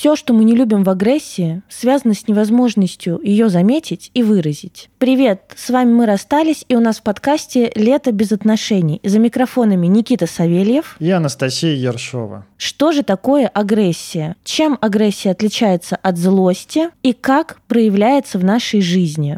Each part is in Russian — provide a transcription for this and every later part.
Все, что мы не любим в агрессии, связано с невозможностью ее заметить и выразить. Привет, с вами мы расстались, и у нас в подкасте «Лето без отношений». За микрофонами Никита Савельев и Анастасия Ершова. Что же такое агрессия? Чем агрессия отличается от злости и как проявляется в нашей жизни?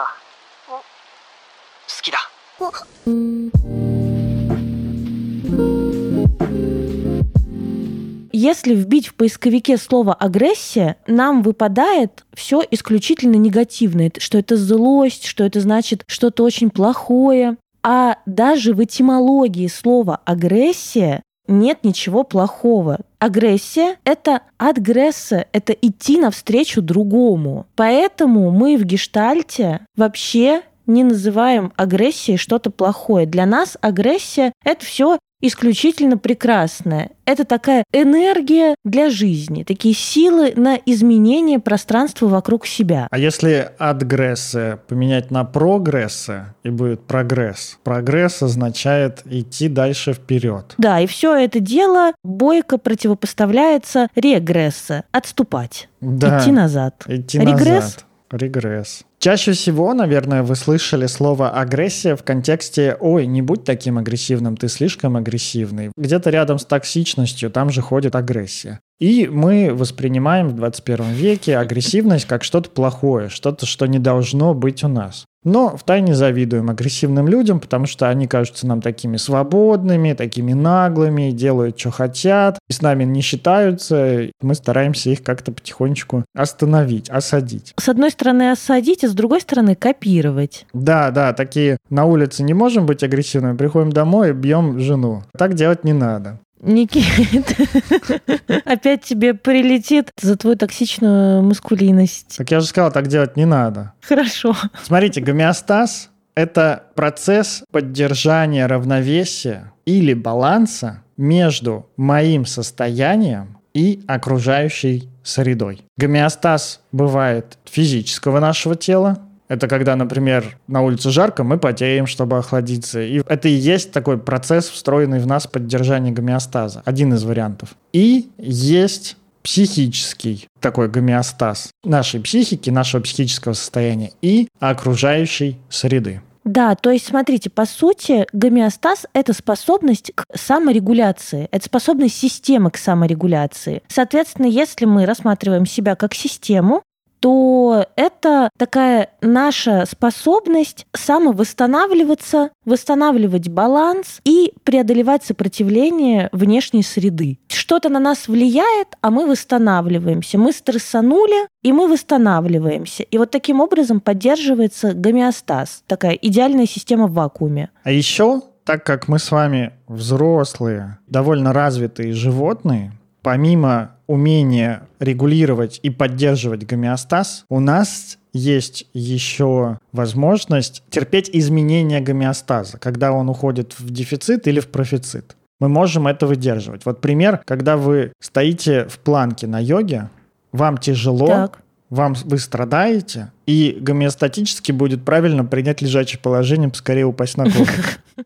Если вбить в поисковике слово «агрессия», нам выпадает все исключительно негативное, что это злость, что это значит что-то очень плохое. А даже в этимологии слова «агрессия» нет ничего плохого. Агрессия — это адгрессе, это идти навстречу другому. Поэтому мы в гештальте вообще не называем агрессией что-то плохое. Для нас агрессия — это все исключительно прекрасное. Это такая энергия для жизни, такие силы на изменение пространства вокруг себя. А если адгрессе поменять на прогрессе, и будет прогресс? Прогресс означает идти дальше вперед. Да, и все это дело бойко противопоставляется регрессе, отступать, идти назад. Регресс. Чаще всего, наверное, вы слышали слово «агрессия» в контексте «Ой, не будь таким агрессивным, ты слишком агрессивный». Где-то рядом с токсичностью там же ходит агрессия. И мы воспринимаем в 21 веке агрессивность как что-то плохое, что-то, что не должно быть у нас. Но втайне завидуем агрессивным людям, потому что они кажутся нам такими свободными, такими наглыми, делают, что хотят, и с нами не считаются. Мы стараемся их как-то потихонечку остановить, осадить. С одной стороны осадить, а с другой стороны копировать. Да, такие на улице не можем быть агрессивными, приходим домой и бьем жену. Так делать не надо. Никит, опять тебе прилетит за твою токсичную маскулинность. Как я же сказал, так делать не надо. Хорошо. Смотрите, гомеостаз – это процесс поддержания равновесия или баланса между моим состоянием и окружающей средой. Гомеостаз бывает физического нашего тела. Это когда, например, на улице жарко, мы потеем, чтобы охладиться. И это и есть такой процесс, встроенный в нас поддержания гомеостаза. Один из вариантов. И есть психический такой гомеостаз нашей психики, нашего психического состояния и окружающей среды. Да, то есть, смотрите, по сути, гомеостаз — это способность к саморегуляции, это способность системы к саморегуляции. Соответственно, если мы рассматриваем себя как систему, то это такая наша способность самовосстанавливаться, восстанавливать баланс и преодолевать сопротивление внешней среды. Что-то на нас влияет, а мы восстанавливаемся. Мы стрессанули, и мы восстанавливаемся. И вот таким образом поддерживается гомеостаз, такая идеальная система в вакууме. А еще, так как мы с вами взрослые, довольно развитые животные, помимо умения регулировать и поддерживать гомеостаз, у нас есть еще возможность терпеть изменения гомеостаза, когда он уходит в дефицит или в профицит. Мы можем это выдерживать. Вот пример, когда вы стоите в планке на йоге, вам тяжело, вы страдаете, и гомеостатически будет правильно принять лежачее положение, поскорее упасть на голову.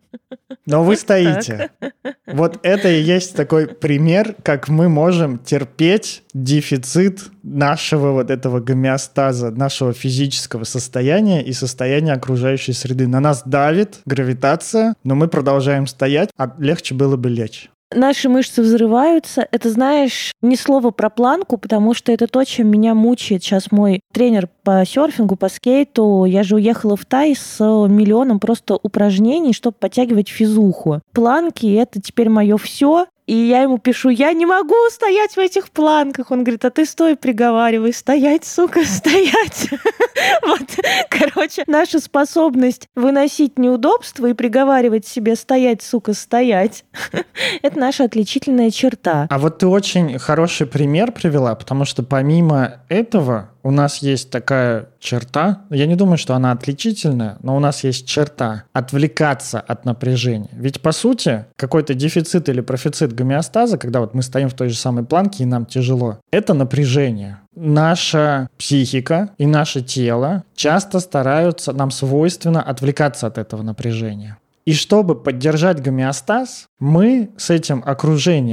Но вы стоите. Вот это и есть такой пример, как мы можем терпеть дефицит нашего вот этого гомеостаза, нашего физического состояния и состояния окружающей среды. На нас давит гравитация, но мы продолжаем стоять, а легче было бы лечь. Наши мышцы взрываются. Это, знаешь, ни слова про планку, потому что это то, чем меня мучает сейчас мой тренер по серфингу, по скейту. Я же уехала в Тай с миллионом просто упражнений, чтобы подтягивать физуху. Планки — это теперь мое все. И я ему пишу: я не могу стоять в этих планках. Он говорит: а ты стой, приговаривай: стоять, сука, стоять. Вот, короче, наша способность выносить неудобства и приговаривать себе: стоять, сука, стоять, это наша отличительная черта. А вот ты очень хороший пример привела, потому что помимо этого у нас есть такая черта, я не думаю, что она отличительная, но у нас есть черта отвлекаться от напряжения. Ведь, по сути, какой-то дефицит или профицит гомеостаза, когда вот мы стоим в той же самой планке и нам тяжело, это напряжение. Наша психика и наше тело часто стараются, нам свойственно отвлекаться от этого напряжения. И чтобы поддержать гомеостаз, мы с этим окружением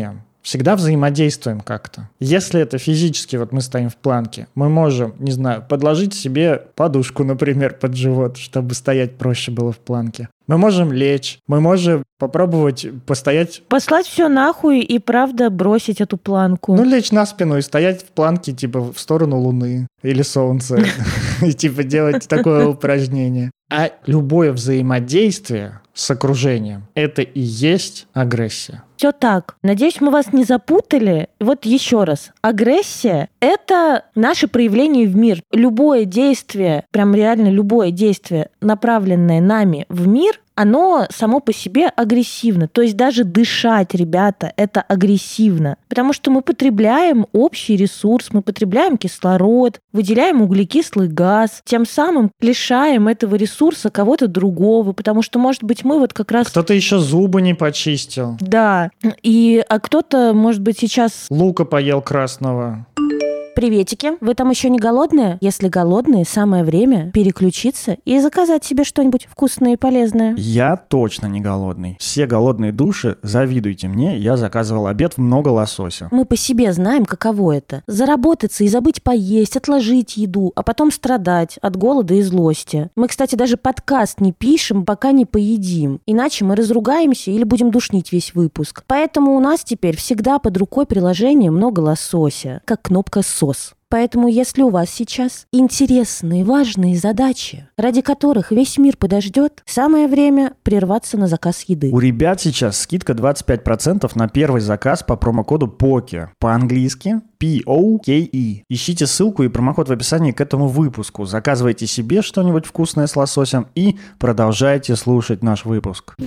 всегда взаимодействуем как-то. Если это физически, вот мы стоим в планке, мы можем, не знаю, подложить себе подушку, например, под живот, чтобы стоять проще было в планке. Мы можем лечь, мы можем попробовать постоять... Послать все нахуй и, правда, бросить эту планку. Ну, лечь на спину и стоять в планке, типа, в сторону Луны или Солнца. И, типа, делать такое упражнение. А любое взаимодействие с окружением – это и есть агрессия. Все так. Надеюсь, мы вас не запутали. Вот еще раз. Агрессия – это наше проявление в мир. Любое действие, прям реально любое действие, направленное нами в мир, оно само по себе агрессивно. То есть даже дышать, ребята, это агрессивно. Потому что мы потребляем общий ресурс, мы потребляем кислород, выделяем углекислый газ, тем самым лишаем этого ресурса кого-то другого, потому что, может быть, мы вот как раз... Кто-то еще зубы не почистил. Да, а кто-то, может быть, сейчас... Лука поел красного. Приветики. Вы там еще не голодные? Если голодные, самое время переключиться и заказать себе что-нибудь вкусное и полезное. Я точно не голодный. Все голодные души, завидуйте мне, я заказывал обед в много лосося. Мы по себе знаем, каково это. Заработаться и забыть поесть, отложить еду, а потом страдать от голода и злости. Мы, кстати, даже подкаст не пишем, пока не поедим. Иначе мы разругаемся или будем душнить весь выпуск. Поэтому у нас теперь всегда под рукой приложение «Много лосося», как кнопка «СОС». Поэтому, если у вас сейчас интересные, важные задачи, ради которых весь мир подождет, самое время прерваться на заказ еды. У ребят сейчас скидка 25% на первый заказ по промокоду POKE. По-английски POKE. Ищите ссылку и промокод в описании к этому выпуску. Заказывайте себе что-нибудь вкусное с лососем и продолжайте слушать наш выпуск.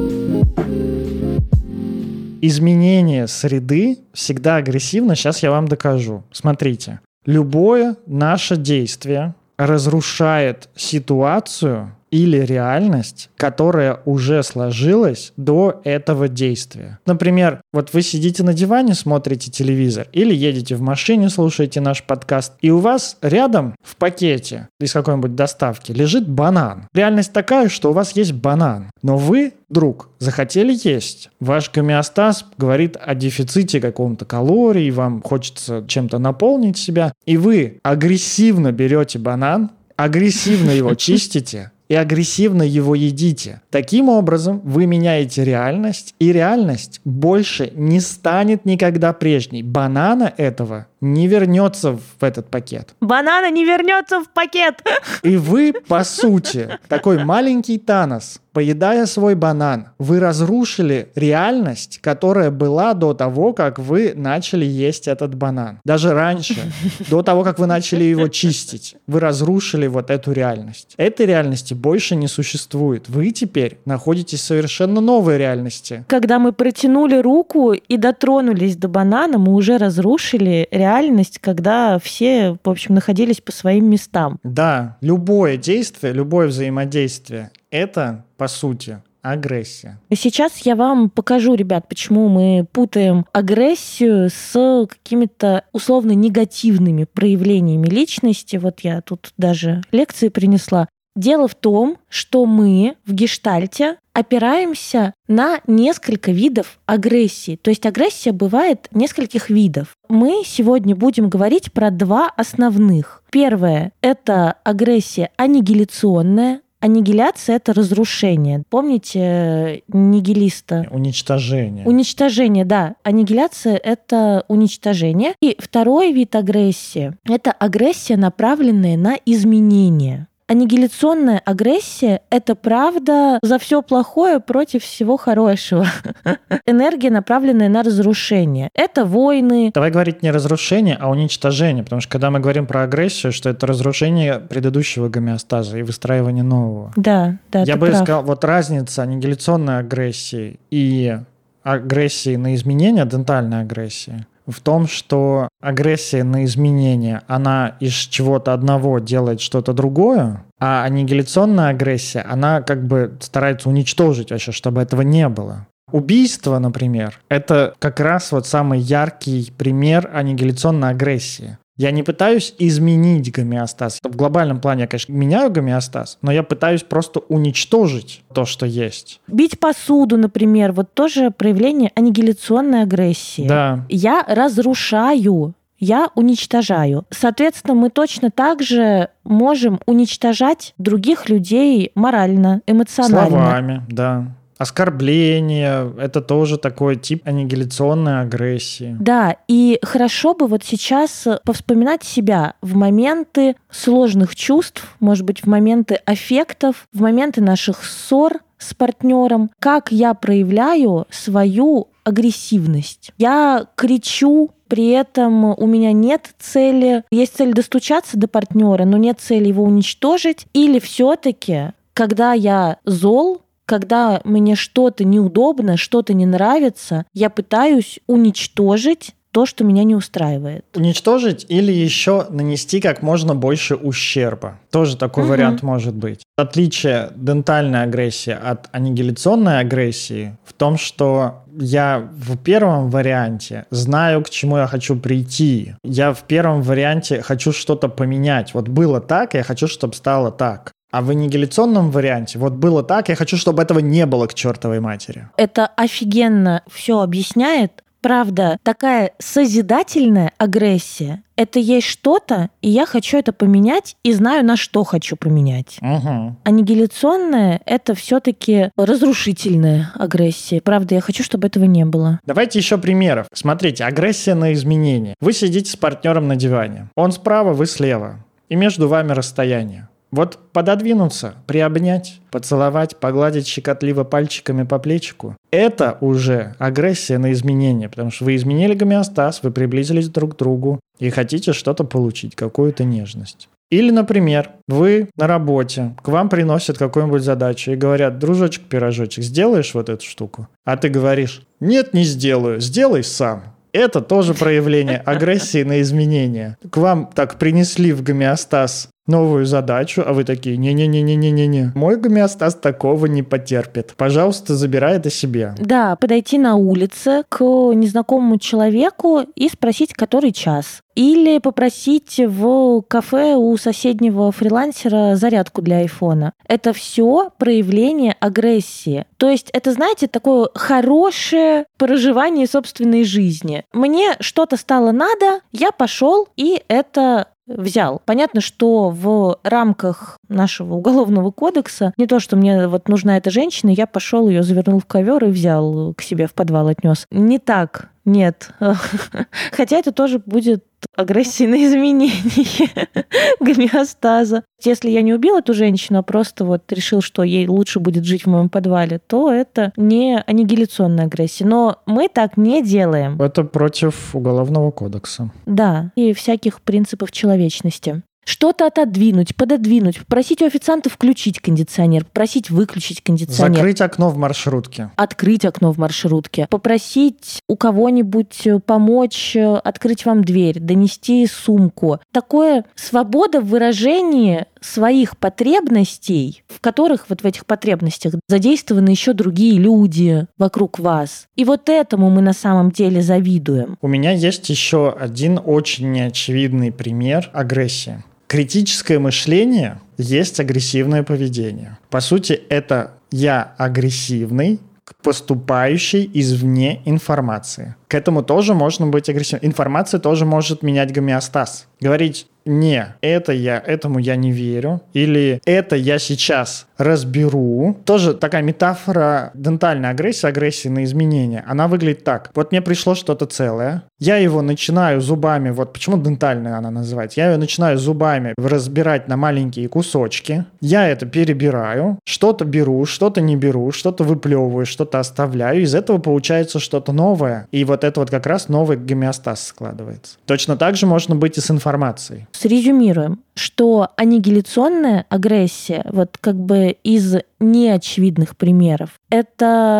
Изменение среды всегда агрессивно. Сейчас я вам докажу. Смотрите. Любое наше действие разрушает ситуацию или реальность, которая уже сложилась до этого действия. Например, вот вы сидите на диване, смотрите телевизор, или едете в машине, слушаете наш подкаст, и у вас рядом в пакете из какой-нибудь доставки лежит банан. Реальность такая, что у вас есть банан, но вы, друг, захотели есть. Ваш гомеостаз говорит о дефиците какого-то калорий, вам хочется чем-то наполнить себя, и вы агрессивно берете банан, агрессивно его чистите, и агрессивно его едите. Таким образом, вы меняете реальность, и реальность больше не станет никогда прежней. Банана этого не вернется в этот пакет. Банана не вернется в пакет! И вы, по сути, такой маленький Танос, поедая свой банан, вы разрушили реальность, которая была до того, как вы начали есть этот банан. Даже раньше, до того, как вы начали его чистить, вы разрушили вот эту реальность. Этой реальности больше не существует. Вы теперь находитесь в совершенно новой реальности. Когда мы протянули руку и дотронулись до банана, мы уже разрушили реальность, когда все, в общем, находились по своим местам. Да, любое действие, любое взаимодействие – это, по сути, агрессия. Сейчас я вам покажу, ребят, почему мы путаем агрессию с какими-то условно негативными проявлениями личности. Вот я тут даже лекции принесла. Дело в том, что мы в гештальте опираемся на несколько видов агрессии. То есть агрессия бывает нескольких видов. Мы сегодня будем говорить про два основных. Первое – это агрессия аннигиляционная. Аннигиляция – это разрушение. Помните нигилиста? Уничтожение. Уничтожение, да. Аннигиляция – это уничтожение. И второй вид агрессии – это агрессия, направленная на изменение. Аннигиляционная агрессия – это правда за все плохое против всего хорошего. Энергия, направленная на разрушение. Это войны. Давай говорить не разрушение, а уничтожение, потому что когда мы говорим про агрессию, что это разрушение предыдущего гомеостаза и выстраивание нового. Да, Я бы сказал, вот разница аннигиляционной агрессии и агрессии на изменения, дентальной агрессии, в том, что агрессия на изменение, она из чего-то одного делает что-то другое, а аннигиляционная агрессия, она как бы старается уничтожить вообще, чтобы этого не было. Убийство, например, это как раз вот самый яркий пример аннигиляционной агрессии. Я не пытаюсь изменить гомеостаз. В глобальном плане я, конечно, меняю гомеостаз, но я пытаюсь просто уничтожить то, что есть. Бить посуду, например, вот тоже проявление аннигиляционной агрессии. Да. Я разрушаю, я уничтожаю. Соответственно, мы точно так же можем уничтожать других людей морально, эмоционально. Словами, да. Оскорбление – это тоже такой тип аннигиляционной агрессии. Да, и хорошо бы вот сейчас повспоминать себя в моменты сложных чувств, может быть, в моменты аффектов, в моменты наших ссор с партнером, как я проявляю свою агрессивность. Я кричу, при этом у меня нет цели, есть цель достучаться до партнера, но нет цели его уничтожить. Или все-таки, когда я зол, когда мне что-то неудобно, что-то не нравится, я пытаюсь уничтожить то, что меня не устраивает. Уничтожить или еще нанести как можно больше ущерба. Тоже такой вариант может быть. Отличие дентальной агрессии от аннигиляционной агрессии в том, что я в первом варианте знаю, к чему я хочу прийти. Я в первом варианте хочу что-то поменять. Вот было так, я хочу, чтобы стало так. А в аннигиляционном варианте вот было так, я хочу, чтобы этого не было к чертовой матери. Это офигенно все объясняет. Правда, такая созидательная агрессия – это есть что-то, и я хочу это поменять, и знаю, на что хочу поменять. Аннигиляционная – это все-таки разрушительная агрессия. Правда, я хочу, чтобы этого не было. Давайте еще примеров. Смотрите, агрессия на изменения. Вы сидите с партнером на диване. Он справа, вы слева. И между вами расстояние. Вот пододвинуться, приобнять, поцеловать, погладить щекотливо пальчиками по плечику – это уже агрессия на изменения, потому что вы изменили гомеостаз, вы приблизились друг к другу и хотите что-то получить, какую-то нежность. Или, например, вы на работе, к вам приносят какую-нибудь задачу и говорят: дружочек-пирожочек, сделаешь вот эту штуку? А ты говоришь: нет, не сделаю, сделай сам. Это тоже проявление агрессии на изменения. К вам так принесли в гомеостаз новую задачу, а вы такие: не-не-не-не-не-не, мой гомеостаз такого не потерпит. Пожалуйста, забирай это себе. Да, подойти на улице к незнакомому человеку и спросить, который час. Или попросить в кафе у соседнего фрилансера зарядку для айфона. Это все проявление агрессии. То есть это, знаете, такое хорошее проживание собственной жизни. Мне что-то стало надо, я пошел и это взял. Понятно, что в рамках нашего уголовного кодекса не то, что мне вот нужна эта женщина, я пошел, ее завернул в ковер и взял к себе в подвал, отнес. Не так, нет. Хотя это тоже будет агрессией на изменение гомеостаза. Если я не убил эту женщину, а просто вот решил, что ей лучше будет жить в моем подвале, то это не аннигиляционная агрессия. Но мы так не делаем. Это против Уголовного кодекса. Да, и всяких принципов человечности. Что-то отодвинуть, пододвинуть, попросить у официанта включить кондиционер, попросить выключить кондиционер. Закрыть окно в маршрутке. Открыть окно в маршрутке. Попросить у кого-нибудь помочь открыть вам дверь, донести сумку. Такое свобода в выражении своих потребностей, в которых вот в этих потребностях задействованы еще другие люди вокруг вас. И вот этому мы на самом деле завидуем. У меня есть еще один очень неочевидный пример агрессии. Критическое мышление есть агрессивное поведение. По сути, это я агрессивный к поступающей извне информации. К этому тоже можно быть агрессивным. Информация тоже может менять гомеостаз. Говорить: не, этому я не верю, или это я сейчас разберу. Тоже такая метафора дентальной агрессии, агрессии на изменения. Она выглядит так. Вот мне пришло что-то целое, я его начинаю зубами, вот почему дентальная она называется, я ее начинаю зубами разбирать на маленькие кусочки, я это перебираю, что-то беру, что-то не беру, что-то выплевываю, что-то оставляю, из этого получается что-то новое, и вот это вот как раз новый гомеостаз складывается. Точно так же можно быть и с информацией. Срезюмируем, что аннигиляционная агрессия, вот как бы из неочевидных примеров, это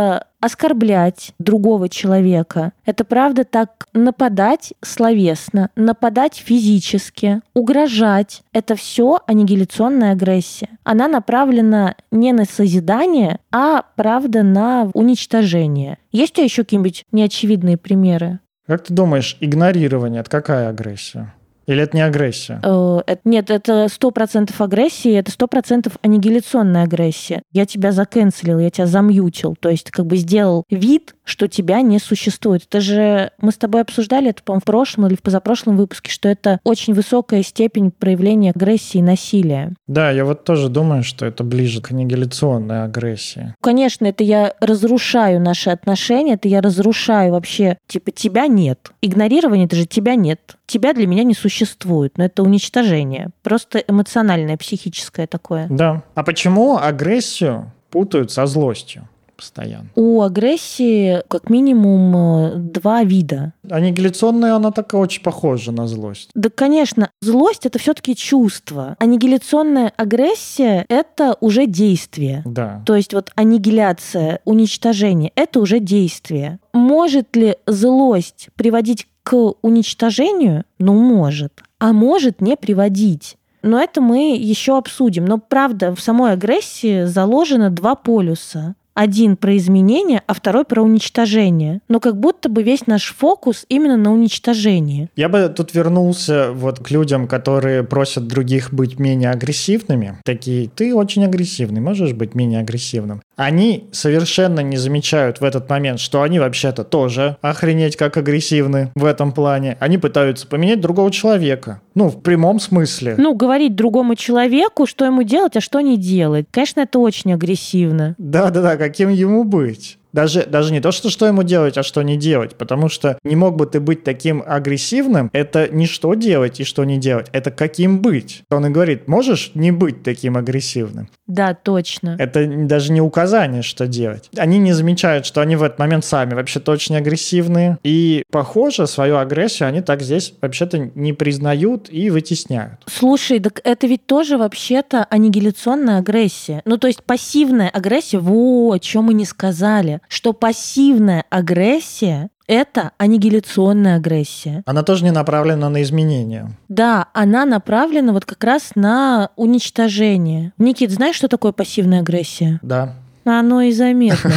оскорблять другого человека. Это правда так нападать словесно, нападать физически, угрожать. Это все аннигиляционная агрессия. Она направлена не на созидание, а правда на уничтожение. Есть у тебя еще какие-нибудь неочевидные примеры? Как ты думаешь, игнорирование — это какая агрессия? Или это не агрессия? Нет, это 100% агрессии, это 100% аннигиляционная агрессия. Я тебя закэнселил, я тебя замьютил. То есть как бы сделал вид, что тебя не существует. Это же мы с тобой обсуждали это, по-моему, в прошлом или в позапрошлом выпуске, что это очень высокая степень проявления агрессии и насилия. Да, я вот тоже думаю, что это ближе к аннигиляционной агрессии. Конечно, это я разрушаю наши отношения, это я разрушаю вообще, типа, тебя нет. Игнорирование — это же тебя нет. Тебя для меня не существует, но это уничтожение. Просто эмоциональное, психическое такое. Да. А почему агрессию путают со злостью постоянно? У агрессии как минимум 2 вида. Аннигиляционная, она такая очень похожа на злость. Да, конечно, злость — это все-таки чувство. Аннигиляционная агрессия — это уже действие. Да. То есть вот аннигиляция, уничтожение — это уже действие. Может ли злость приводить к уничтожению? Ну, может. А может не приводить. Но это мы еще обсудим. Но правда, в самой агрессии заложено 2 полюса. Один про изменение, а второй про уничтожение. Но как будто бы весь наш фокус именно на уничтожении. Я бы тут вернулся вот к людям, которые просят других быть менее агрессивными. Такие: ты очень агрессивный, можешь быть менее агрессивным. Они совершенно не замечают в этот момент, что они вообще-то тоже охренеть как агрессивны в этом плане. Они пытаются поменять другого человека. Ну, в прямом смысле. Ну, говорить другому человеку, что ему делать, а что не делать. Конечно, это очень агрессивно. Да-да-да, каким ему быть? Даже не то, что ему делать, а что не делать. Потому что не мог бы ты быть таким агрессивным. Это не что делать и что не делать. Это каким быть. Он и говорит: можешь не быть таким агрессивным. Да, точно. Это даже не указание, что делать. Они не замечают, что они в этот момент сами вообще-то очень агрессивные. И, похоже, свою агрессию они так здесь вообще-то не признают и вытесняют. Слушай, так это ведь тоже вообще-то аннигиляционная агрессия. Ну, то есть пассивная агрессия, о чем мы не сказали, что пассивная агрессия — это аннигиляционная агрессия. Она тоже не направлена на изменения. Да, она направлена вот как раз на уничтожение. Никит, знаешь, что такое пассивная агрессия? Да. Оно и заметно.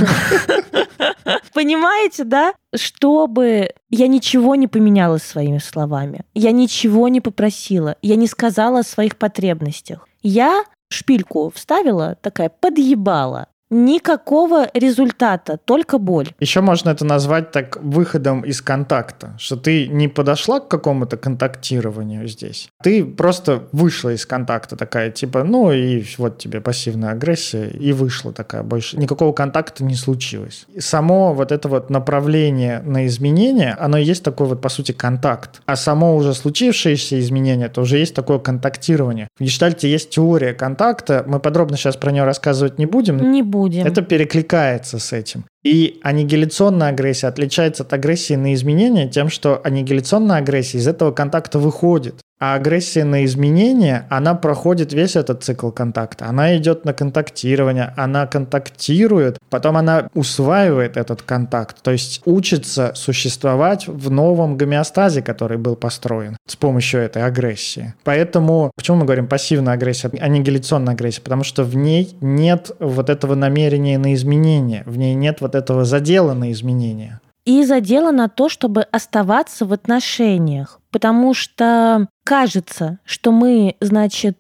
Понимаете, да? Чтобы я ничего не поменяла своими словами, я ничего не попросила, я не сказала о своих потребностях. Я шпильку вставила, такая подъебала. Никакого результата, только боль. Еще можно это назвать так выходом из контакта, что ты не подошла к какому-то контактированию здесь, ты просто вышла из контакта такая, типа, ну и вот тебе пассивная агрессия, и вышла такая, больше никакого контакта не случилось. И само вот это вот направление на изменение, оно и есть такой вот, по сути, контакт. А само уже случившееся изменение, это уже есть такое контактирование. В гештальте есть теория контакта, мы подробно сейчас про нее рассказывать не будем. Не будем. Это перекликается с этим. И аннигиляционная агрессия отличается от агрессии на изменения тем, что аннигиляционная агрессия из этого контакта выходит. А агрессия на изменения, она проходит весь этот цикл контакта. Она идет на контактирование, она контактирует, потом она усваивает этот контакт. То есть учится существовать в новом гомеостазе, который был построен с помощью этой агрессии. Поэтому, почему мы говорим пассивная агрессия, аннигиляционная агрессия? Потому что в ней нет вот этого намерения на изменение, в ней нет вот этого задела на изменения. И задела на то, чтобы оставаться в отношениях. Потому что кажется, что мы, значит,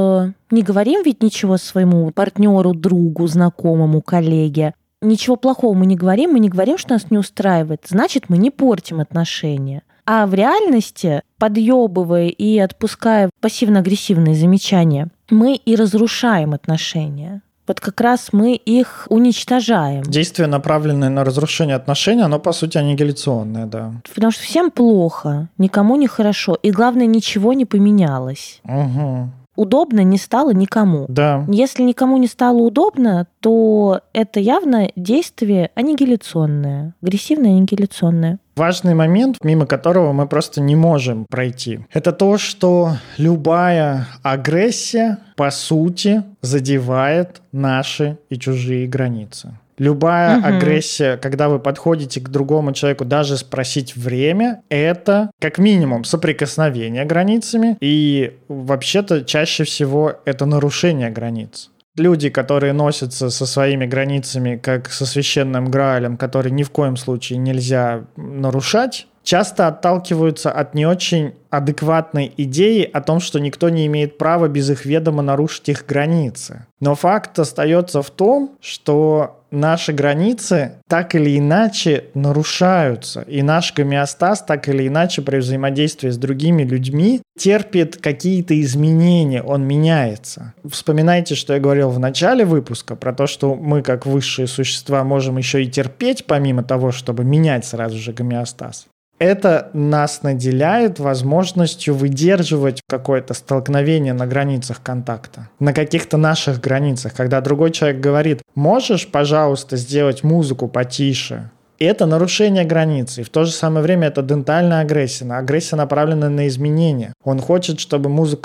не говорим ведь ничего своему партнеру, другу, знакомому, коллеге. Ничего плохого мы не говорим, что нас не устраивает. Значит, мы не портим отношения. А в реальности, подъебывая и отпуская пассивно-агрессивные замечания, мы и разрушаем отношения. Вот как раз мы их уничтожаем. Действие, направленное на разрушение отношений, оно, по сути, аннигиляционное, да. Потому что всем плохо, никому не хорошо. И главное, ничего не поменялось. Угу. Удобно не стало никому. Да. Если никому не стало удобно, то это явно действие аннигиляционное, агрессивное аннигиляционное. Важный момент, мимо которого мы просто не можем пройти, это то, что любая агрессия, по сути, задевает наши и чужие границы. Любая агрессия, когда вы подходите к другому человеку, даже спросить время, это как минимум соприкосновение границами, и вообще-то чаще всего это нарушение границ. Люди, которые носятся со своими границами, как со священным Граалем, который ни в коем случае нельзя нарушать, часто отталкиваются от не очень адекватной идеи о том, что никто не имеет права без их ведома нарушить их границы. Но факт остается в том, что наши границы так или иначе нарушаются, и наш гомеостаз так или иначе при взаимодействии с другими людьми терпит какие-то изменения, он меняется. Вспоминайте, что я говорил в начале выпуска про то, что мы как высшие существа можем еще и терпеть, помимо того, чтобы менять сразу же гомеостаз. Это нас наделяет возможностью выдерживать какое-то столкновение на границах контакта, на каких-то наших границах, когда другой человек говорит: «Можешь, пожалуйста, сделать музыку потише?» Это нарушение границы, и в то же самое время это дентальная агрессия. Агрессия направлена на изменения. Он хочет, чтобы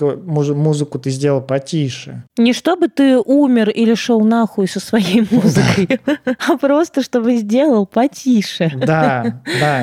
музыку ты сделал потише. Не чтобы ты умер или шел нахуй со своей музыкой, а просто чтобы сделал потише. Да.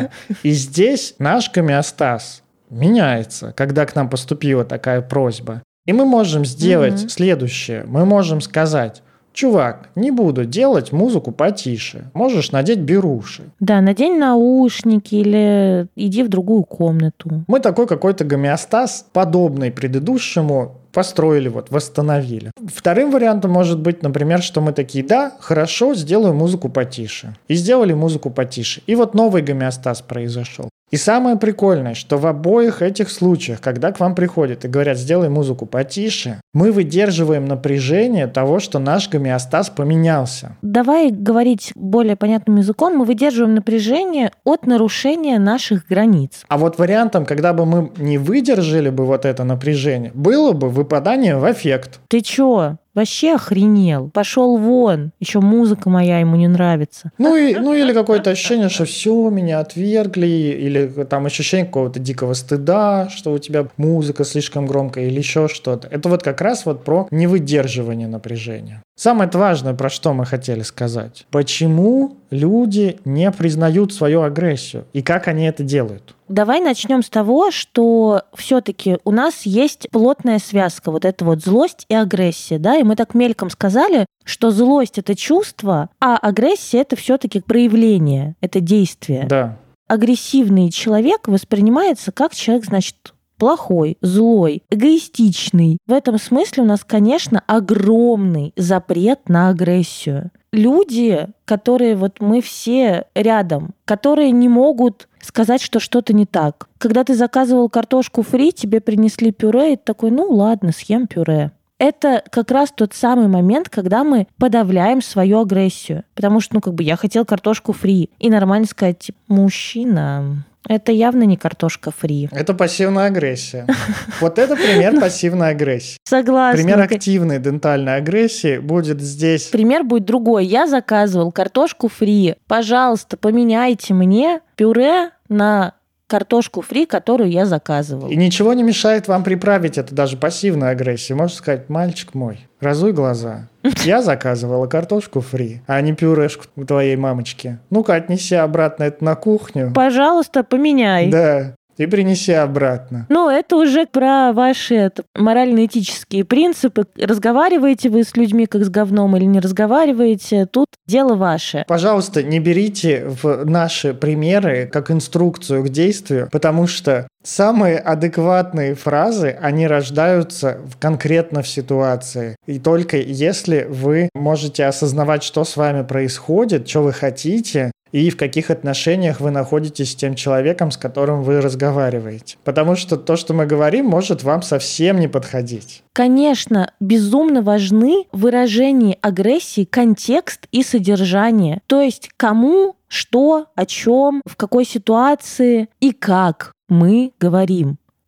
И здесь наш гомеостаз меняется, когда к нам поступила такая просьба. И мы можем сделать следующее. Мы можем сказать: «Чувак, не буду делать музыку потише. Можешь надеть беруши». Да, надень наушники или иди в другую комнату. Мы такой какой-то гомеостаз, подобный предыдущему, построили, восстановили. Вторым вариантом может быть, например, что мы такие: да, хорошо, сделаю музыку потише. И сделали музыку потише. И новый гомеостаз произошел. И самое прикольное, что в обоих этих случаях, когда к вам приходят и говорят: сделай музыку потише, мы выдерживаем напряжение того, что наш гомеостаз поменялся. Давай говорить более понятным языком, мы выдерживаем напряжение от нарушения наших границ. А вариантом, когда бы мы не выдержали бы это напряжение, было бы выпадание в аффект. Ты чё? Вообще охренел. Пошел вон. Еще музыка моя ему не нравится. Или какое-то ощущение, что все, меня отвергли, или там ощущение какого-то дикого стыда, что у тебя музыка слишком громкая, или еще что-то. Это как раз про невыдерживание напряжения. Самое важное, про что мы хотели сказать. Почему люди не признают свою агрессию и как они это делают? Давай начнем с того, что все-таки у нас есть плотная связка, эта злость и агрессия, да, и мы так мельком сказали, что злость — это чувство, а агрессия — это все-таки проявление, это действие. Да. Агрессивный человек воспринимается как человек, значит, плохой, злой, эгоистичный. В этом смысле у нас, конечно, огромный запрет на агрессию. Люди, которые мы все рядом, которые не могут сказать, что что-то не так. Когда ты заказывал картошку фри, тебе принесли пюре, и ты такой: ну ладно, съем пюре. Это как раз тот самый момент, когда мы подавляем свою агрессию. Потому что, я хотел картошку фри. И нормально сказать: мужчина, это явно не картошка фри. Это пассивная агрессия. Это пример пассивной агрессии. Согласна. Пример активной дентальной агрессии будет здесь. Пример будет другой. Я заказывал картошку фри. Пожалуйста, поменяйте мне пюре на картошку фри, которую я заказывал. И ничего не мешает вам приправить это даже пассивной агрессией. Можно сказать: мальчик мой, разуй глаза. Я заказывала картошку фри, а не пюрешку твоей мамочки. Ну-ка, отнеси обратно это на кухню. Пожалуйста, поменяй. Да. И принеси обратно. Это уже про ваши морально-этические принципы. Разговариваете вы с людьми как с говном или не разговариваете, тут дело ваше. Пожалуйста, не берите в наши примеры как инструкцию к действию, потому что самые адекватные фразы, они рождаются конкретно в ситуации. И только если вы можете осознавать, что с вами происходит, что вы хотите, и в каких отношениях вы находитесь с тем человеком, с которым вы разговариваете. Потому что то, что мы говорим, может вам совсем не подходить. Конечно, безумно важны в выражении агрессии контекст и содержание. То есть кому, что, о чем, в какой ситуации и как мы говорим.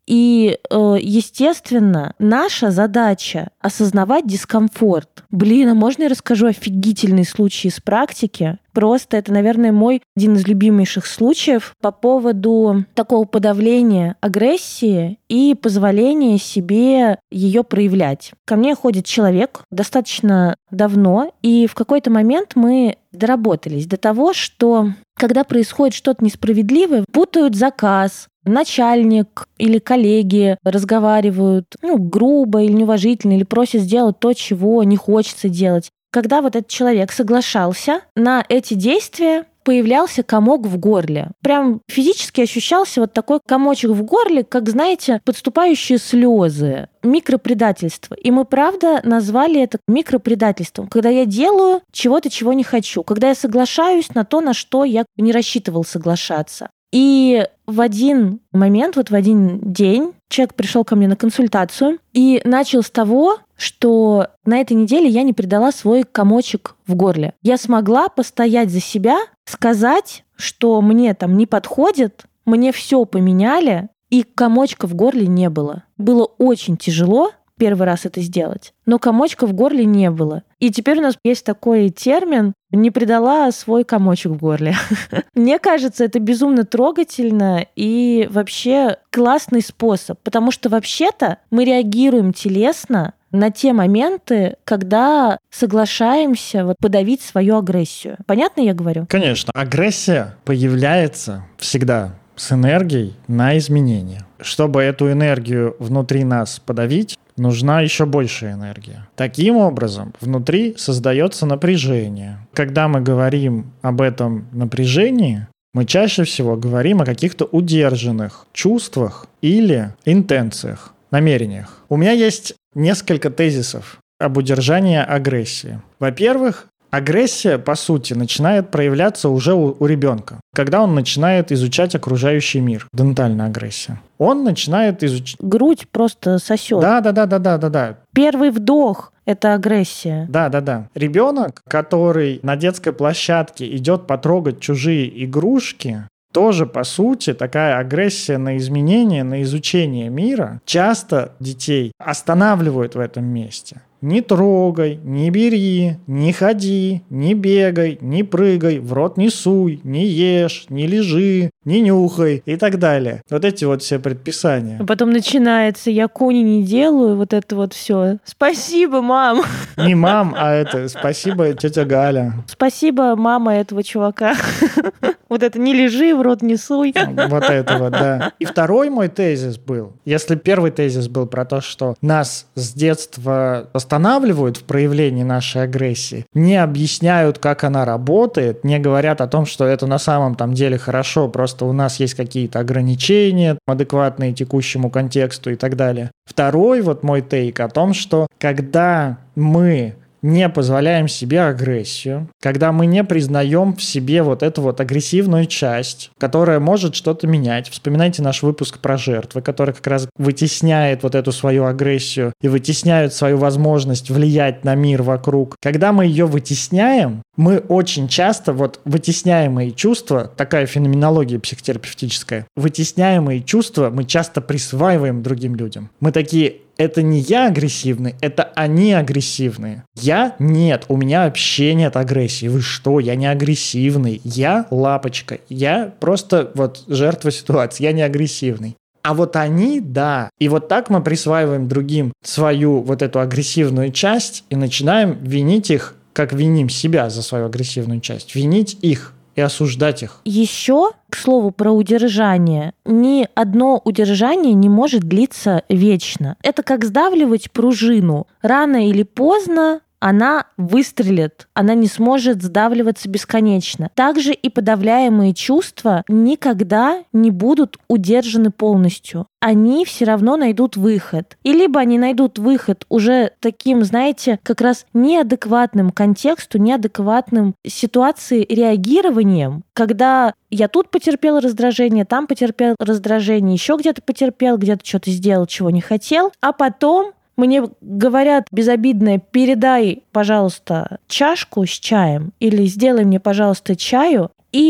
И, естественно, наша задача осознавать дискомфорт. Блин, а можно я расскажу офигительный случай из практики? Просто это, наверное, мой один из любимейших случаев по поводу такого подавления агрессии и позволения себе ее проявлять. Ко мне ходит человек достаточно давно, и в какой-то момент мы доработались до того, что когда происходит что-то несправедливое, путают заказ, начальник или коллеги разговаривают грубо или неуважительно, или просят сделать то, чего не хочется делать. Когда вот этот человек соглашался на эти действия, появлялся комок в горле. Прям физически ощущался вот такой комочек в горле, как, знаете, подступающие слезы. Микропредательство. И мы, правда, назвали это микропредательством. Когда я делаю чего-то, чего не хочу. Когда я соглашаюсь на то, на что я не рассчитывал соглашаться. И в один момент, вот в один день, человек пришел ко мне на консультацию и начал с того, что на этой неделе я не придала свой комочек в горле. Я смогла постоять за себя, сказать, что мне там не подходит, мне все поменяли, и комочка в горле не было. Было очень тяжело первый раз это сделать, но комочка в горле не было. И теперь у нас есть такой термин «не придала свой комочек в горле». Мне кажется, это безумно трогательно и вообще классный способ, потому что вообще-то мы реагируем телесно на те моменты, когда соглашаемся подавить свою агрессию. Понятно я говорю? Конечно. Агрессия появляется всегда с энергией на изменения. Чтобы эту энергию внутри нас подавить, нужна еще большая энергия. Таким образом, внутри создается напряжение. Когда мы говорим об этом напряжении, мы чаще всего говорим о каких-то удержанных чувствах или интенциях, намерениях. У меня есть несколько тезисов об удержании агрессии. Во-первых, агрессия, по сути, начинает проявляться уже у ребенка, когда он начинает изучать окружающий мир. Дентальная агрессия. Он начинает изучать... Грудь просто сосет. Да. Первый вдох – это агрессия. Да. Ребенок, который на детской площадке идет потрогать чужие игрушки, тоже, по сути, такая агрессия на изменение, на изучение мира. Часто детей останавливают в этом месте. Не трогай, не бери, не ходи, не бегай, не прыгай, в рот не суй, не ешь, не лежи, не нюхай и так далее. Вот эти вот все предписания. А потом начинается «я куни не делаю», вот это вот все. Спасибо, мам. Не мам, а это спасибо, тетя Галя. Спасибо, мама этого чувака. Вот это «не лежи, в рот не суй». Вот это вот, да. И второй мой тезис был, если первый тезис был про то, что нас с детства останавливают в проявлении нашей агрессии, не объясняют, как она работает, не говорят о том, что это на самом там деле хорошо, просто у нас есть какие-то ограничения, адекватные текущему контексту и так далее. Второй вот мой тейк о том, что когда мы не позволяем себе агрессию, когда мы не признаем в себе вот эту вот агрессивную часть, которая может что-то менять. Вспоминайте наш выпуск про жертвы, который как раз вытесняет вот эту свою агрессию и вытесняет свою возможность влиять на мир вокруг. Когда мы ее вытесняем, мы очень часто, вот вытесняемые чувства, такая феноменология психотерапевтическая, вытесняемые чувства мы часто присваиваем другим людям. Мы такие: это не я агрессивный, это они агрессивные. Я? Нет, у меня вообще нет агрессии. Вы что? Я не агрессивный. Я лапочка. Я просто вот жертва ситуации. Я не агрессивный. А вот они, да. И вот так мы присваиваем другим свою вот эту агрессивную часть и начинаем винить их, как виним себя за свою агрессивную часть. Винить их и осуждать их. Еще, к слову, про удержание. Ни одно удержание не может длиться вечно. Это как сдавливать пружину. Рано или поздно она выстрелит, она не сможет сдавливаться бесконечно. Также и подавляемые чувства никогда не будут удержаны полностью. Они все равно найдут выход. И либо они найдут выход уже таким, знаете, как раз неадекватным контексту, неадекватным ситуации реагированием, когда я тут потерпел раздражение, там потерпел раздражение, еще где-то потерпел, где-то что-то сделал, чего не хотел, а потом мне говорят безобидное: передай, пожалуйста, чашку с чаем или сделай мне, пожалуйста, чаю. И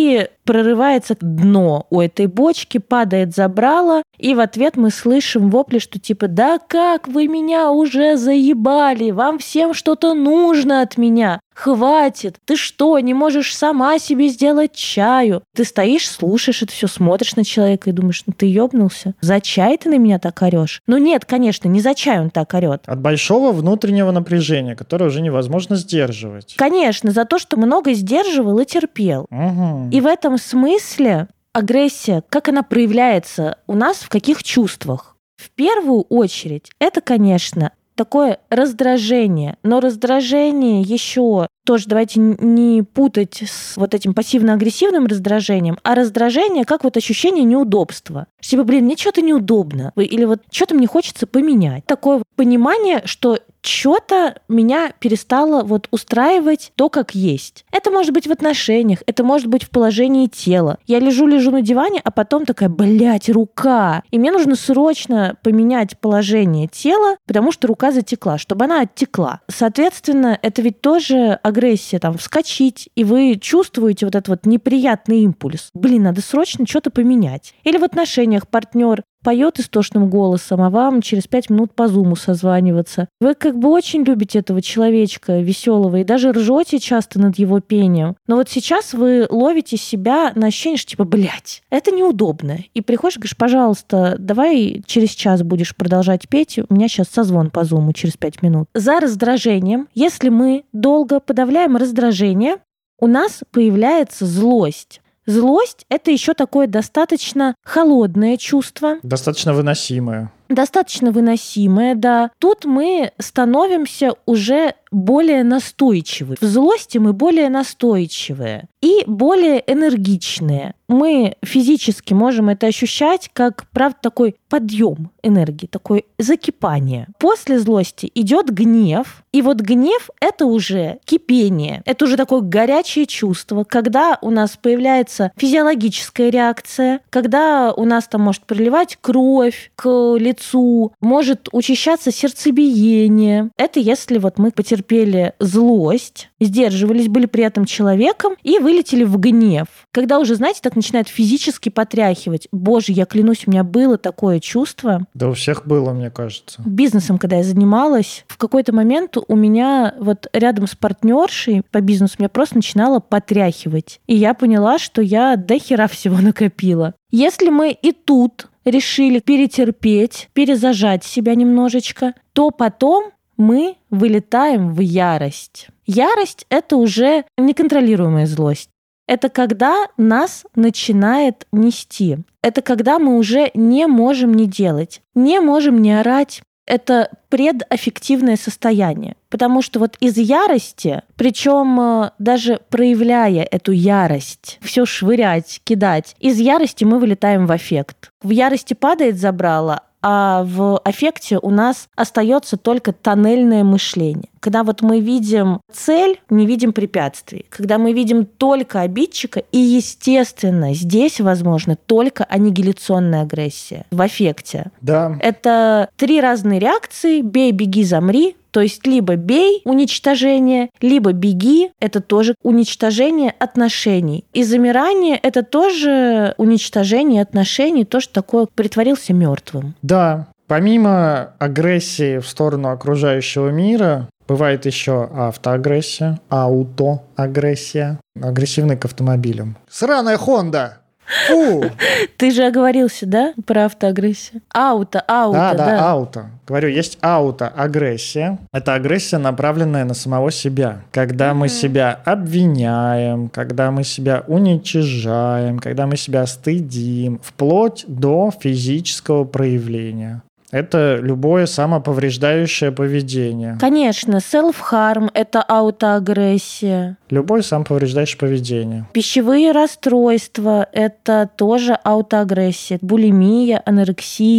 прорывается дно у этой бочки, падает забрало, и в ответ мы слышим вопли, что типа «Да как вы меня уже заебали? Вам всем что-то нужно от меня. Хватит! Ты что, не можешь сама себе сделать чаю?» Ты стоишь, слушаешь это все, смотришь на человека и думаешь, ну ты ёбнулся? За чай ты на меня так орешь? Ну нет, конечно, не за чай он так орет. От большого внутреннего напряжения, которое уже невозможно сдерживать. Конечно, за то, что много сдерживал и терпел. Угу. И в этом смысле агрессия, как она проявляется у нас, в каких чувствах? В первую очередь, это, конечно, такое раздражение. Но раздражение еще тоже давайте не путать с вот этим пассивно-агрессивным раздражением, а раздражение как вот ощущение неудобства. Типа, блин, мне что-то неудобно. Или вот что-то мне хочется поменять. Такое понимание, что что-то меня перестало вот устраивать то, как есть. Это может быть в отношениях, это может быть в положении тела. Я лежу на диване, а потом такая, блядь, рука. И мне нужно срочно поменять положение тела, потому что рука затекла, чтобы она оттекла. Соответственно, это ведь тоже агрессия, там, вскочить, и вы чувствуете вот этот вот неприятный импульс. Блин, надо срочно что-то поменять. Или в отношениях партнер поет истошным голосом, а вам через 5 минут по зуму созваниваться. Вы как бы очень любите этого человечка веселого и даже ржете часто над его пением. Но вот сейчас вы ловите себя на ощущение, что типа, блядь, это неудобно. И приходишь, говоришь, пожалуйста, давай через час будешь продолжать петь, у меня сейчас созвон по зуму через 5 минут. За раздражением, если мы долго подавляем раздражение, у нас появляется злость. Злость – это еще такое достаточно холодное чувство. Достаточно выносимое. Достаточно выносимое, да. Тут мы становимся уже более настойчивы. В злости мы более настойчивые и более энергичные. Мы физически можем это ощущать как, правда, такой подъем энергии, такое закипание. После злости идет гнев, и вот гнев – это уже кипение, это уже такое горячее чувство, когда у нас появляется физиологическая реакция, когда у нас там может приливать кровь к лицу, может учащаться сердцебиение. Это если вот мы потерпели злость, сдерживались, были при этом человеком и вылетели в гнев. Когда уже, знаете, так начинает физически потряхивать. Боже, я клянусь, у меня было такое чувство. Да у всех было, мне кажется. Бизнесом, когда я занималась, в какой-то момент у меня вот рядом с партнершей по бизнесу меня просто начинало потряхивать. И я поняла, что я до хера всего накопила. Если мы и тут решили перетерпеть, перезажать себя немножечко, то потом мы вылетаем в ярость. Ярость – это уже неконтролируемая злость. Это когда нас начинает нести. Это когда мы уже не можем не делать, не можем не орать. Это предаффективное состояние. Потому что вот из ярости, причем даже проявляя эту ярость, все швырять, кидать, из ярости мы вылетаем в аффект. В ярости падает забрало, а в аффекте у нас остается только тоннельное мышление. Когда вот мы видим цель, не видим препятствий. Когда мы видим только обидчика, и, естественно, здесь, возможно, только аннигиляционная агрессия в аффекте. Да. Это 3 разные реакции: бей, беги, замри. То есть либо бей, уничтожение, либо беги, это тоже уничтожение отношений. И замирание – это тоже уничтожение отношений, тоже такое притворился мертвым. Да, помимо агрессии в сторону окружающего мира, бывает еще автоагрессия, аутоагрессия, агрессивный к автомобилям. Сраная Хонда! Фу! Ты же оговорился, да, про автоагрессию? Ауто. Да, ауто. Говорю, есть аутоагрессия. Это агрессия, направленная на самого себя. Когда мы себя обвиняем, когда мы себя уничижаем, когда мы себя стыдим, вплоть до физического проявления. Это любое самоповреждающее поведение. Конечно, self-harm – это аутоагрессия. Любое самоповреждающее поведение. Пищевые расстройства – это тоже аутоагрессия. Булимия, анорексия,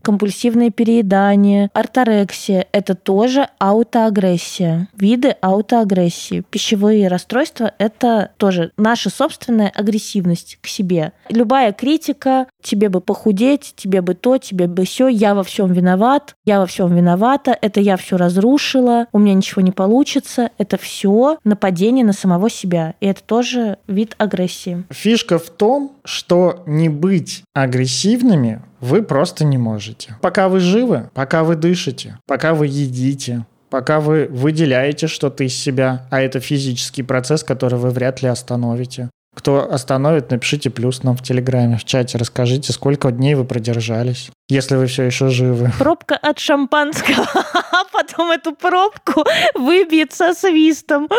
компульсивное переедание, орторексия – это тоже аутоагрессия, виды аутоагрессии. Пищевые расстройства – это тоже наша собственная агрессивность к себе. Любая критика, тебе бы похудеть, тебе бы то, тебе бы сё, я во всем виноват, я во всем виновата, это я все разрушила, у меня ничего не получится, это все нападение на самого себя. И это тоже вид агрессии. Фишка в том, что не быть агрессивными вы просто не можете. Пока вы живы, пока вы дышите, пока вы едите, пока вы выделяете что-то из себя, а это физический процесс, который вы вряд ли остановите. Кто остановит, напишите плюс нам в Телеграме, в чате, расскажите, сколько дней вы продержались, если вы все еще живы. Пробка от шампанского, а потом эту пробку выбьет со свистом.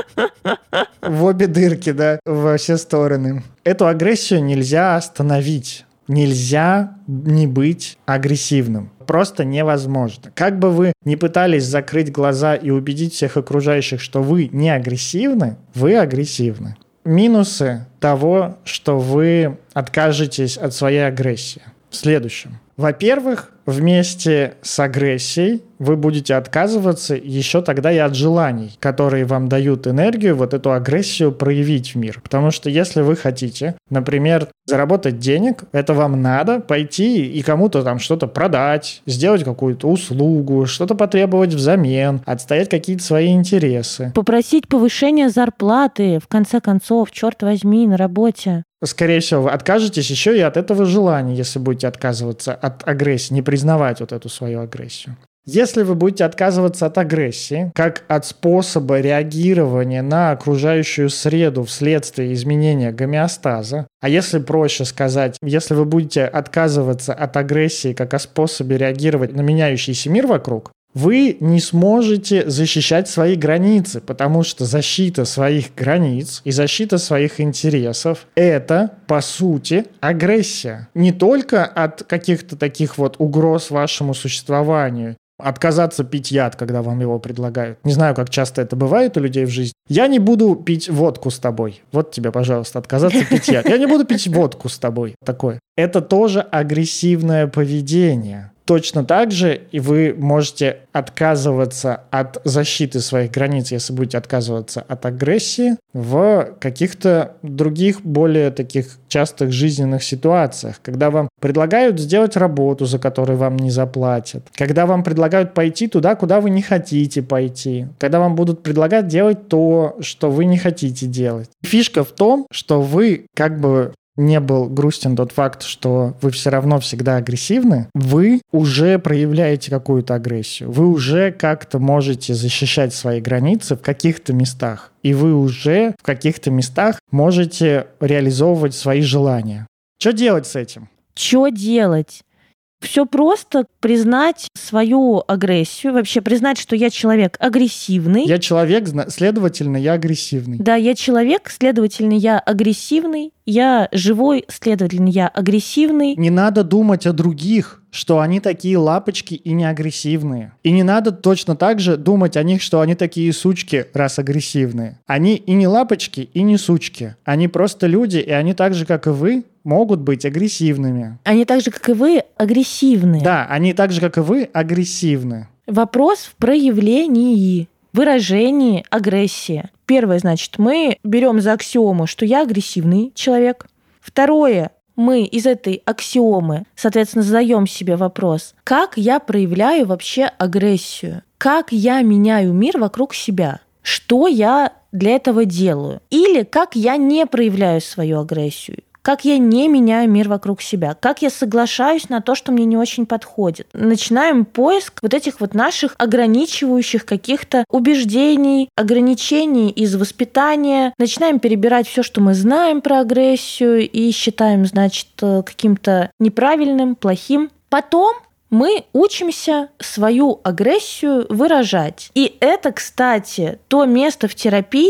В обе дырки, да, во все стороны. Эту агрессию нельзя остановить. Нельзя не быть агрессивным. Просто невозможно. Как бы вы ни пытались закрыть глаза и убедить всех окружающих, что вы не агрессивны, вы агрессивны. Минусы того, что вы откажетесь от своей агрессии. В следующем. Во-первых, вместе с агрессией вы будете отказываться еще тогда и от желаний, которые вам дают энергию вот эту агрессию проявить в мир. Потому что если вы хотите, например, заработать денег, это вам надо пойти и кому-то там что-то продать, сделать какую-то услугу, что-то потребовать взамен, отстоять какие-то свои интересы. Попросить повышения зарплаты, в конце концов, черт возьми, на работе. Скорее всего, вы откажетесь еще и от этого желания, если будете отказываться от агрессии, не признавать вот эту свою агрессию. Если вы будете отказываться от агрессии, как от способа реагирования на окружающую среду вследствие изменения гомеостаза, а если проще сказать, если вы будете отказываться от агрессии как о способе реагировать на меняющийся мир вокруг, вы не сможете защищать свои границы, потому что защита своих границ и защита своих интересов – это, по сути, агрессия. Не только от каких-то таких вот угроз вашему существованию, отказаться пить яд, когда вам его предлагают. Не знаю, как часто это бывает у людей в жизни. Я не буду пить водку с тобой. Вот тебе, пожалуйста, отказаться пить яд. Я не буду пить водку с тобой. Такое. Это тоже агрессивное поведение. Точно так же и вы можете отказываться от защиты своих границ, если будете отказываться от агрессии в каких-то других, более таких частых жизненных ситуациях, когда вам предлагают сделать работу, за которую вам не заплатят, когда вам предлагают пойти туда, куда вы не хотите пойти, когда вам будут предлагать делать то, что вы не хотите делать. Фишка в том, что вы как бы не был грустен тот факт, что вы все равно всегда агрессивны, вы уже проявляете какую-то агрессию. Вы уже как-то можете защищать свои границы в каких-то местах. И вы уже в каких-то местах можете реализовывать свои желания. Что делать с этим? Что делать? Все просто признать свою агрессию, вообще признать, что я человек агрессивный. Я человек, следовательно, я агрессивный. Да, я человек, следовательно, я агрессивный. Я живой, следовательно, я агрессивный. Не надо думать о других, что они такие лапочки и не агрессивные. И не надо точно так же думать о них, что они такие сучки, раз агрессивные. Они и не лапочки, и не сучки. Они просто люди, и они так же, как и вы, могут быть агрессивными. Они так же, как и вы, агрессивны. Да, они так же, как и вы, агрессивны. Вопрос в проявлении, выражении агрессии. Первое, значит, мы берем за аксиому, что я агрессивный человек. Второе, мы из этой аксиомы, соответственно, задаем себе вопрос, как я проявляю вообще агрессию? Как я меняю мир вокруг себя? Что я для этого делаю? Или как я не проявляю свою агрессию? Как я не меняю мир вокруг себя, как я соглашаюсь на то, что мне не очень подходит. Начинаем поиск вот этих вот наших ограничивающих каких-то убеждений, ограничений из воспитания. Начинаем перебирать все, что мы знаем про агрессию и считаем, значит, каким-то неправильным, плохим. Потом мы учимся свою агрессию выражать. И это, кстати, то место в терапии,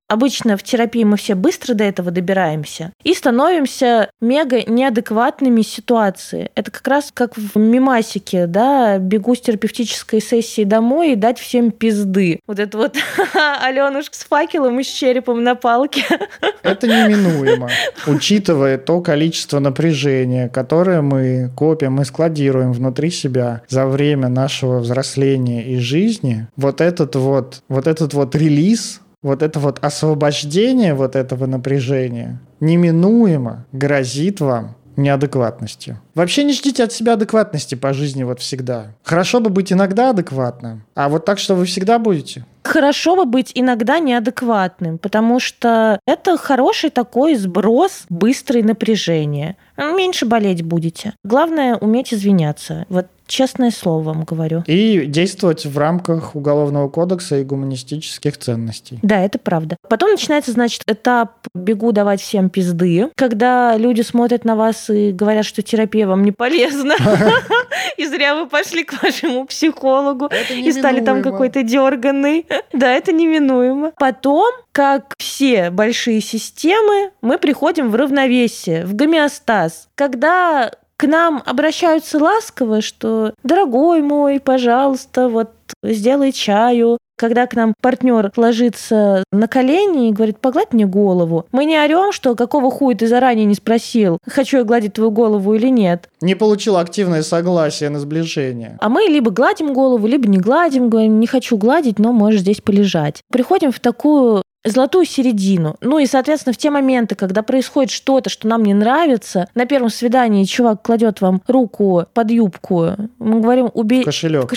Обычно в терапии мы все быстро до этого добираемся и становимся мега неадекватными ситуации. Это как раз как в мемасике, да, бегу с терапевтической сессии домой и дать всем пизды. Вот это вот Алёнушка с факелом и с черепом на палке. Это неминуемо, учитывая то количество напряжения, которое мы копим и складируем внутри себя за время нашего взросления и жизни. Вот этот вот релиз, вот это вот освобождение вот этого напряжения неминуемо грозит вам неадекватностью. Вообще не ждите от себя адекватности по жизни вот всегда. Хорошо бы быть иногда адекватным, а вот так, что вы всегда будете. Хорошо бы быть иногда неадекватным, потому что это хороший такой сброс быстрое напряжения. Меньше болеть будете. Главное уметь извиняться. Вот честное слово вам говорю. И действовать в рамках Уголовного кодекса и гуманистических ценностей. Да, это правда. Потом начинается, значит, этап «бегу давать всем пизды», когда люди смотрят на вас и говорят, что терапия вам не полезна. И зря вы пошли к вашему психологу и стали там какой-то дерганый. Да, это неминуемо. Потом, как все большие системы, мы приходим в равновесие, в гомеостаз, когда к нам обращаются ласково, что «дорогой мой, пожалуйста, вот сделай чаю». Когда к нам партнер ложится на колени и говорит «погладь мне голову», мы не орем, что какого хуя ты заранее не спросил, хочу я гладить твою голову или нет. Не получил активное согласие на сближение. А мы либо гладим голову, либо не гладим, говорим «не хочу гладить, но можешь здесь полежать». Приходим в такую золотую середину. Ну и, соответственно, в те моменты, когда происходит что-то, что нам не нравится, на первом свидании чувак кладет вам руку под юбку, мы говорим «убей...» Кошелек.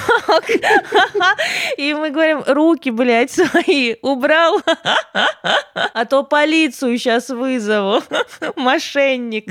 И мы говорим «руки, блядь, свои убрал, а то полицию сейчас вызову, мошенник».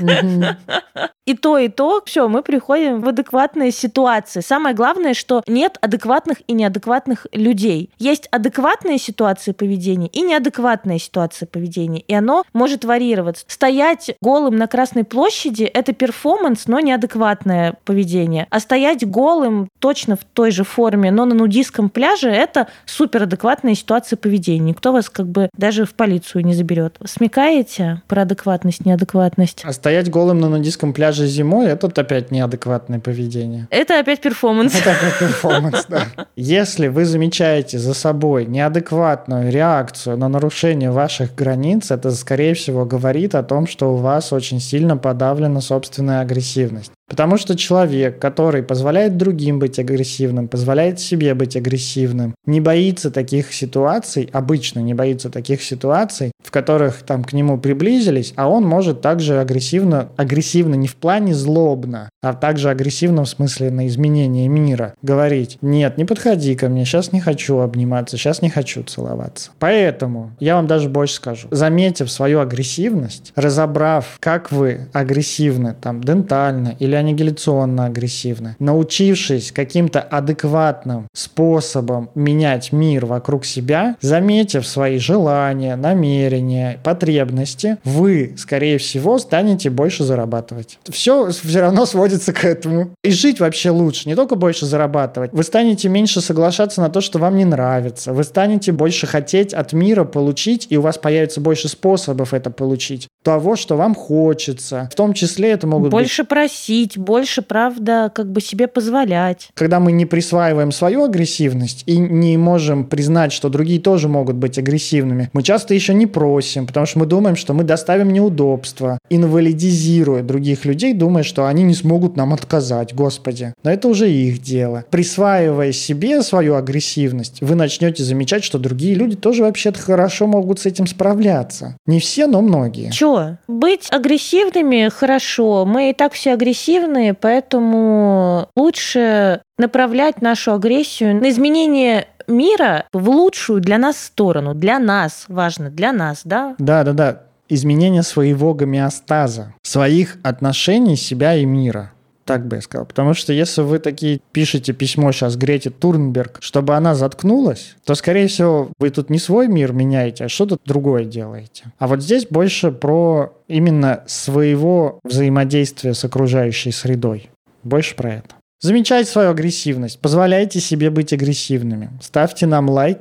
И то, все, мы приходим в адекватные ситуации. Самое главное, что нет адекватных и неадекватных людей. Есть адекватные ситуации поведения и неадекватная ситуация поведения. И оно может варьироваться. Стоять голым на Красной площади – это перформанс, но неадекватное поведение. А стоять голым точно в той же форме, но на нудистском пляже – это суперадекватная ситуация поведения. Никто вас как бы даже в полицию не заберет. Смекаете про адекватность, неадекватность? А стоять голым на нудистском пляже зимой – это опять неадекватное поведение. Это опять перформанс. Это опять перформанс, да. Если вы замечаете за собой неадекватную реакцию на нарушение ваших границ, это, скорее всего, говорит о том, что у вас очень сильно подавлена собственная агрессивность. Потому что человек, который позволяет другим быть агрессивным, позволяет себе быть агрессивным, не боится таких ситуаций, обычно не боится таких ситуаций, в которых там к нему приблизились, а он может также агрессивно не в плане злобно, а также агрессивно в смысле на изменение мира, говорить: нет, не подходи ко мне, сейчас не хочу обниматься, сейчас не хочу целоваться. Поэтому я вам даже больше скажу. Заметив свою агрессивность, разобрав, как вы агрессивны, там, дентально или аннигиляционно агрессивны, научившись каким-то адекватным способом менять мир вокруг себя, заметив свои желания, намерения, потребности, вы, скорее всего, станете больше зарабатывать. Все равно сводится к этому. И жить вообще лучше, не только больше зарабатывать. Вы станете меньше соглашаться на то, что вам не нравится. Вы станете больше хотеть от мира получить, и у вас появится больше способов это получить. Того, что вам хочется. В том числе это могут больше просить, больше, правда, как бы себе позволять. Когда мы не присваиваем свою агрессивность и не можем признать, что другие тоже могут быть агрессивными, мы часто еще не просим, потому что мы думаем, что мы доставим неудобства, инвалидизируя других людей, думая, что они не смогут нам отказать, Господи. Но это уже их дело. Присваивая себе свою агрессивность, вы начнете замечать, что другие люди тоже вообще-то хорошо могут с этим справляться. Не все, но многие. Чё? Быть агрессивными хорошо. Мы и так все агрессивные, поэтому лучше направлять нашу агрессию на изменение мира в лучшую для нас сторону. Для нас, важно, для нас, да? Да. Изменение своего гомеостаза, своих отношений себя и мира. Так бы я сказал. Потому что если вы такие пишете письмо сейчас Грете Турнберг, чтобы она заткнулась, то, скорее всего, вы тут не свой мир меняете, а что-то другое делаете. А вот здесь больше про именно своего взаимодействия с окружающей средой. Больше про это. Замечайте свою агрессивность. Позволяйте себе быть агрессивными. Ставьте нам лайки.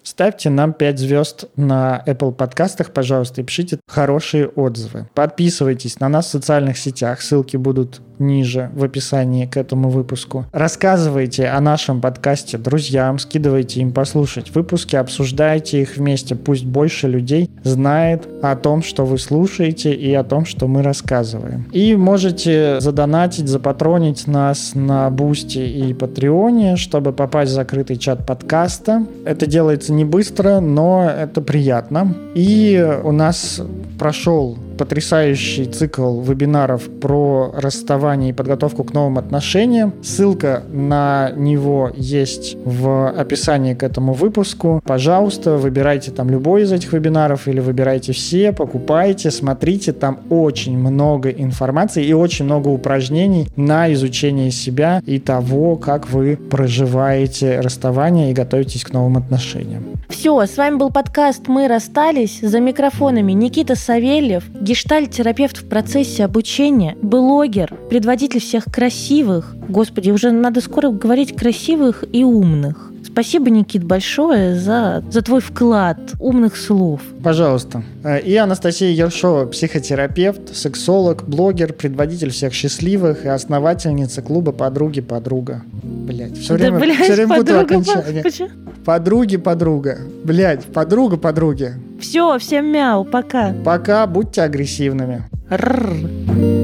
Ставьте нам 5 звезд на Apple подкастах, пожалуйста, и пишите хорошие отзывы. Подписывайтесь на нас в социальных сетях, ссылки будут ниже в описании к этому выпуску. Рассказывайте о нашем подкасте друзьям, скидывайте им послушать выпуски, обсуждайте их вместе. Пусть больше людей знает о том, что вы слушаете, и о том, что мы рассказываем. И можете задонатить, запатронить нас на Бусти и Патреоне, чтобы попасть в закрытый чат подкаста. Это делается не быстро, но это приятно. И у нас прошел потрясающий цикл вебинаров про расставание и подготовку к новым отношениям. Ссылка на него есть в описании к этому выпуску. Пожалуйста, выбирайте там любой из этих вебинаров или выбирайте все, покупайте, смотрите. Там очень много информации и очень много упражнений на изучение себя и того, как вы проживаете расставание и готовитесь к новым отношениям. Все, с вами был подкаст «Мы расстались». За микрофонами Никита Савельев, гештальт-терапевт в процессе обучения, блогер, предводитель всех красивых, господи, уже надо скоро говорить красивых и умных. Спасибо, Никит, большое за твой вклад умных слов. Пожалуйста. И Анастасия Ершова, психотерапевт, сексолог, блогер, предводитель всех счастливых и основательница клуба «Подруги-подруга». Блять, все время буду окончание. Подруги-подруга. Блять, подруга-подруги. Все, всем мяу, пока. Пока, будьте агрессивными. Рррр.